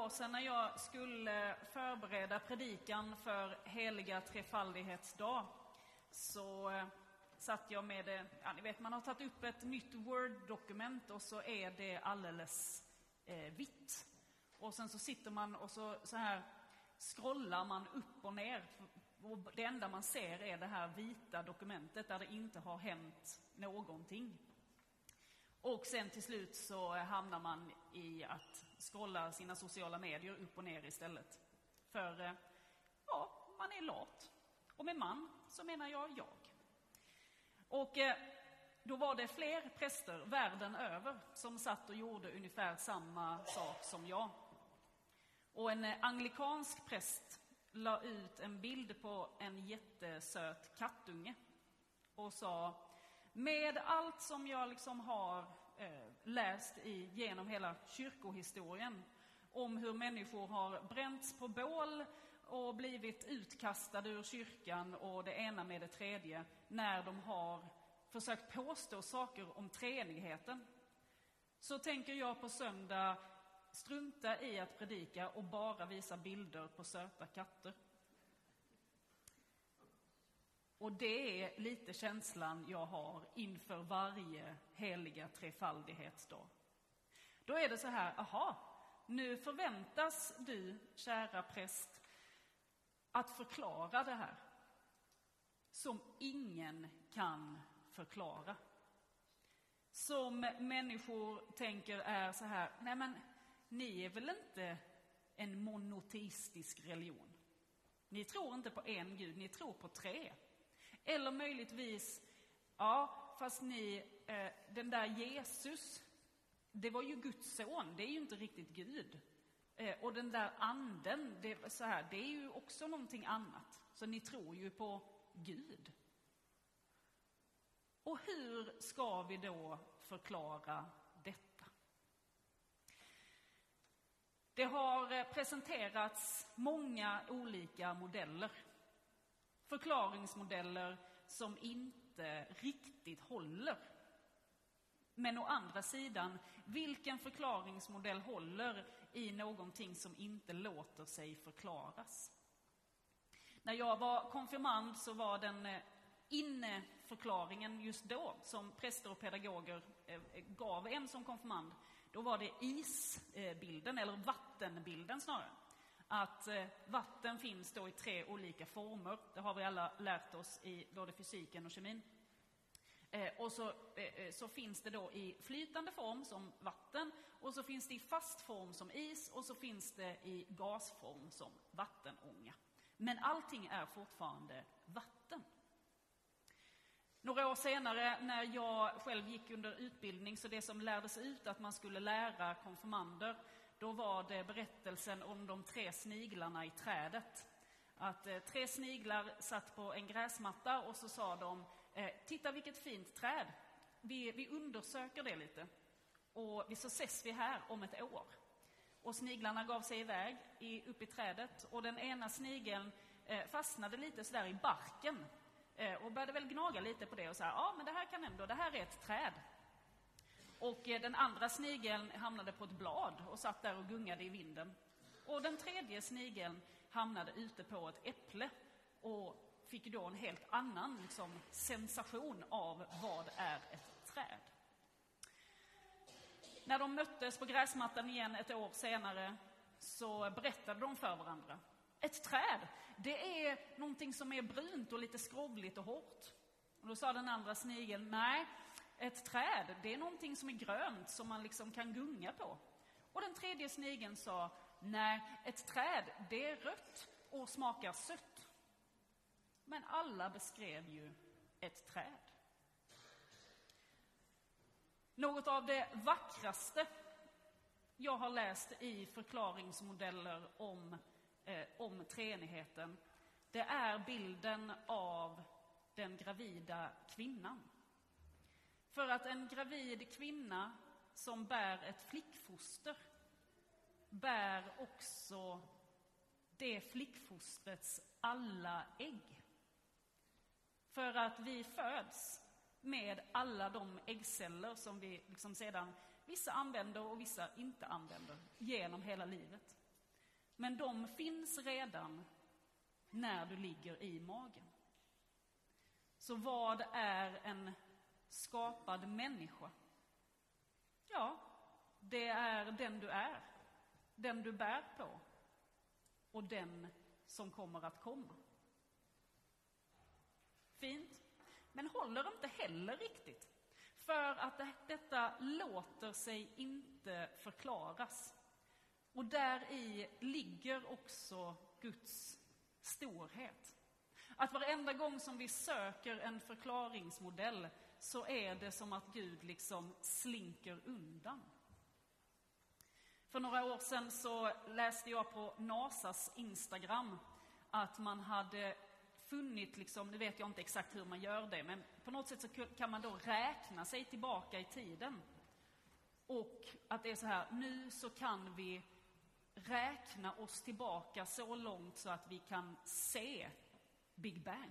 år sedan när jag skulle förbereda predikan för heliga trefaldighetsdag så satt jag med, ni vet, man har tagit upp ett nytt Word-dokument och så är det alldeles vitt. Och sen så sitter man och så här scrollar man upp och ner. Och det enda man ser är det här vita dokumentet där det inte har hänt någonting. Och sen till slut så hamnar man i att scrolla sina sociala medier upp och ner istället. För man är lat. Och med man så menar jag. Och då var det fler präster världen över som satt och gjorde ungefär samma sak som jag. Och en anglikansk präst la ut en bild på en jättesöt kattunge och sa: med allt som jag liksom har läst genom hela kyrkohistorien om hur människor har bränts på bål och blivit utkastade ur kyrkan och det ena med det tredje när de har försökt påstå saker om treenigheten, så tänker jag på söndag strunta i att predika och bara visa bilder på söta katter. Och det är lite känslan jag har inför varje heliga trefaldighetsdag. Då är det så här, nu förväntas du, kära präst, att förklara det här som ingen kan förklara. Som människor tänker är så här: nej men ni är väl inte en monoteistisk religion? Ni tror inte på en gud, ni tror på tre. Eller möjligtvis, fast den där Jesus, det var ju Guds son, det är ju inte riktigt Gud. Och den där anden, det är ju också någonting annat. Så ni tror ju på Gud. Och hur ska vi då förklara detta? Det har presenterats många olika modeller. Förklaringsmodeller som inte riktigt håller. Men å andra sidan, vilken förklaringsmodell håller i någonting som inte låter sig förklaras? När jag var konfirmand så var den inneförklaringen just då, som präster och pedagoger gav en som konfirmand, då var det isbilden, eller vattenbilden snarare. Att vatten finns då i 3 olika former. Det har vi alla lärt oss i både fysiken och kemin. Och så finns det då i flytande form som vatten, och så finns det i fast form som is, och så finns det i gasform som vattenånga. Men allting är fortfarande vatten. Några år senare när jag själv gick under utbildning, så det som lärdes ut att man skulle lära konfirmander, då var det berättelsen om de 3 sniglarna i trädet. Att 3 sniglar satt på en gräsmatta och så sa de: titta vilket fint träd. Vi undersöker det lite. Och så ses vi här om ett år. Och sniglarna gav sig iväg upp i trädet. Och den ena snigeln fastnade lite sådär i barken. Och började väl gnaga lite på det och sa: men det här kan ändå, det här är ett träd. Och den andra snigeln hamnade på ett blad och satt där och gungade i vinden. Och den tredje snigeln hamnade ute på ett äpple och fick då en helt annan sensation av vad är ett träd. När de möttes på gräsmattan igen ett år senare så berättade de för varandra: ett träd, det är någonting som är brunt och lite skrovligt och hårt. Och då sa den andra snigeln: nej, ett träd, det är någonting som är grönt som man kan gunga på. Och den tredje snigeln sa: nej, ett träd, det är rött och smakar sött. Men alla beskrev ju ett träd. Något av det vackraste jag har läst i förklaringsmodeller om treenigheten, det är bilden av den gravida kvinnan. För att en gravid kvinna som bär ett flickfoster bär också det flickfostrets alla ägg. För att vi föds med alla de äggceller som vi sedan vissa använder och vissa inte använder genom hela livet. Men de finns redan när du ligger i magen. Så vad är en skapad människa? Ja, det är den du är, den du bär på och den som kommer att komma. Fint, men håller inte heller riktigt. För att detta låter sig inte förklaras. Och där i ligger också Guds storhet. Att varenda gång som vi söker en förklaringsmodell så är det som att Gud liksom slinker undan. För några år sedan så läste jag på NASAs Instagram att man hade funnit, liksom, nu vet jag inte exakt hur man gör det, men på något sätt så kan man då räkna sig tillbaka i tiden. Och att det är så här, nu så kan vi räkna oss tillbaka så långt så att vi kan se Big Bang.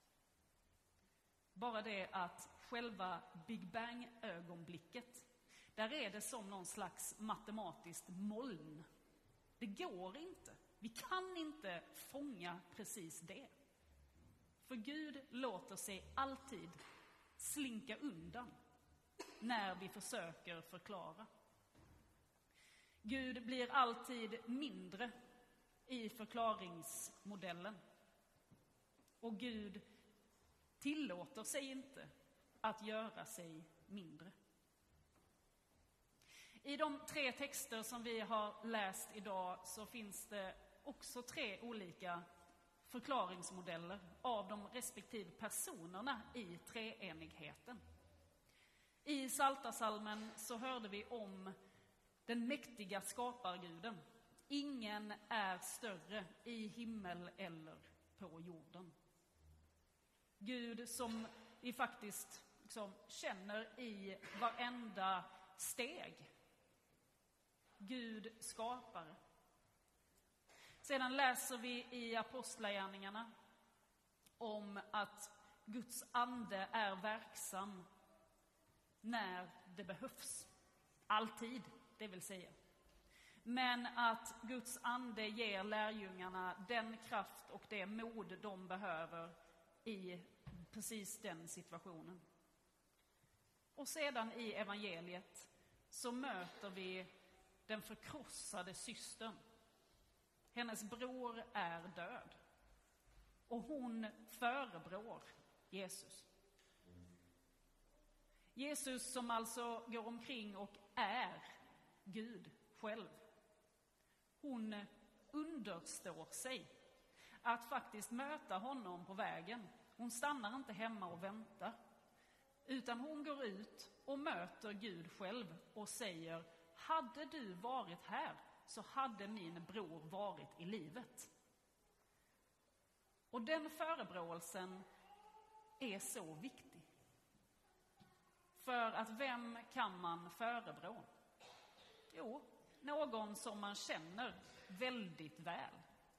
Bara det att själva Big Bang-ögonblicket, där är det som någon slags matematiskt moln. Det går inte. Vi kan inte fånga precis det. För Gud låter sig alltid slinka undan när vi försöker förklara. Gud blir alltid mindre i förklaringsmodellen. Och Gud tillåter sig inte att göra sig mindre. I de 3 texter som vi har läst idag så finns det också 3 olika förklaringsmodeller av de respektive personerna i treenigheten. I Psaltarpsalmen så hörde vi om den mäktiga skaparguden. Ingen är större i himmel eller på jorden. Gud som vi faktiskt liksom känner i varenda steg. Gud skapare. Sedan läser vi i Apostlagärningarna om att Guds ande är verksam när det behövs. Alltid, det vill säga. Men att Guds ande ger lärjungarna den kraft och det mod de behöver i precis den situationen. Och sedan i evangeliet så möter vi den förkrossade systern. Hennes bror är död. Och hon förebrår Jesus. Jesus som alltså går omkring och är Gud själv. Hon understår sig att faktiskt möta honom på vägen. Hon stannar inte hemma och väntar. Utan hon går ut och möter Gud själv och säger: hade du varit här så hade min bror varit i livet. Och den förebråelsen är så viktig. För att vem kan man förebrå? Jo, någon som man känner väldigt väl.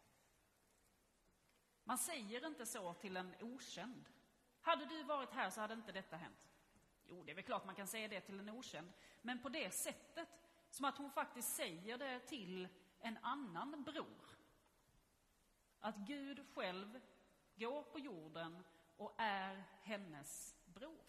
Man säger inte så till en okänd. Hade du varit här så hade inte detta hänt. Jo, det är väl klart man kan säga det till en okänd. Men på det sättet, som att hon faktiskt säger det till en annan bror. Att Gud själv går på jorden och är hennes bror.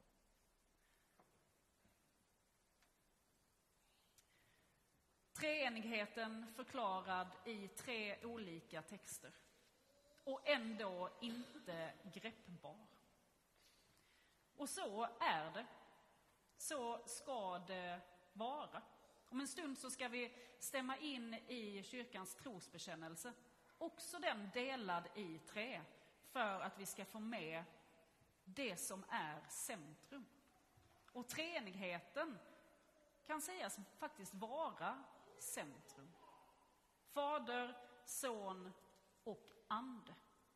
Treenigheten förklarad i 3 olika texter. Och ändå inte greppbar. Och så är det. Så ska det vara. Om en stund så ska vi stämma in i kyrkans trosbekännelse. Också den delad i 3. För att vi ska få med det som är centrum. Och treenigheten kan sägas faktiskt vara centrum. Fader, son och ande.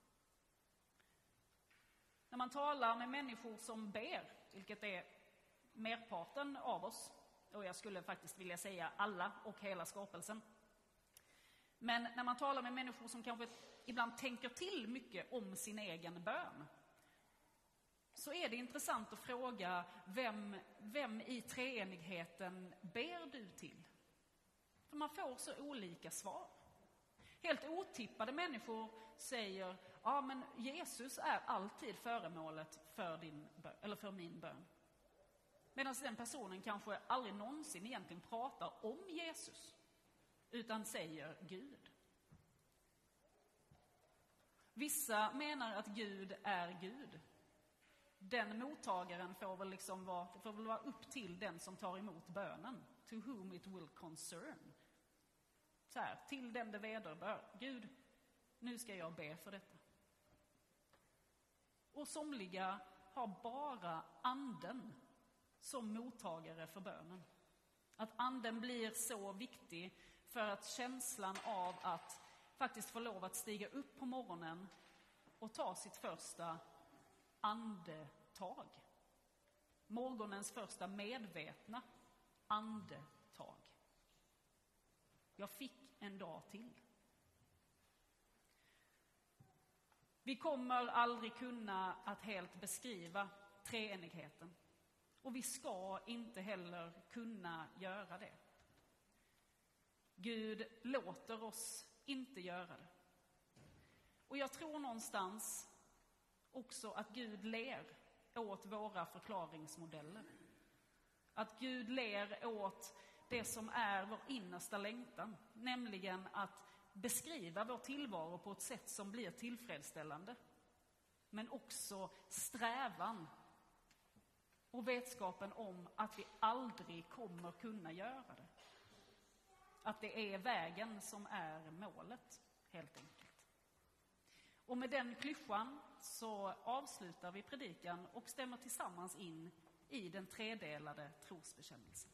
När man talar med människor som ber, vilket är merparten av oss, och jag skulle faktiskt vilja säga alla och hela skapelsen. Men när man talar med människor som kanske ibland tänker till mycket om sin egen bön, så är det intressant att fråga vem i treenigheten ber du till? För man får så olika svar. Helt otippade människor säger, ja men Jesus är alltid föremålet för min bön. Medan den personen kanske aldrig någonsin egentligen pratar om Jesus, utan säger Gud. Vissa menar att Gud är Gud. Den mottagaren får väl vara upp till den som tar emot bönen. To whom it will concern. Så här, till den det vederbör. Gud, nu ska jag be för detta. Och somliga har bara anden som mottagare för bönen. Att anden blir så viktig för att känslan av att faktiskt få lov att stiga upp på morgonen och ta sitt första andetag. Morgonens första medvetna andetag. Jag fick en dag till. Vi kommer aldrig kunna att helt beskriva treenigheten. Och vi ska inte heller kunna göra det. Gud låter oss inte göra det. Och jag tror någonstans också att Gud ler åt våra förklaringsmodeller. Att Gud ler åt det som är vår innersta längtan. Nämligen att beskriva vår tillvaro på ett sätt som blir tillfredsställande. Men också strävan och vetskapen om att vi aldrig kommer kunna göra det. Att det är vägen som är målet, helt enkelt. Och med den klyschan så avslutar vi predikan och stämmer tillsammans in i den tredelade trosbekännelsen.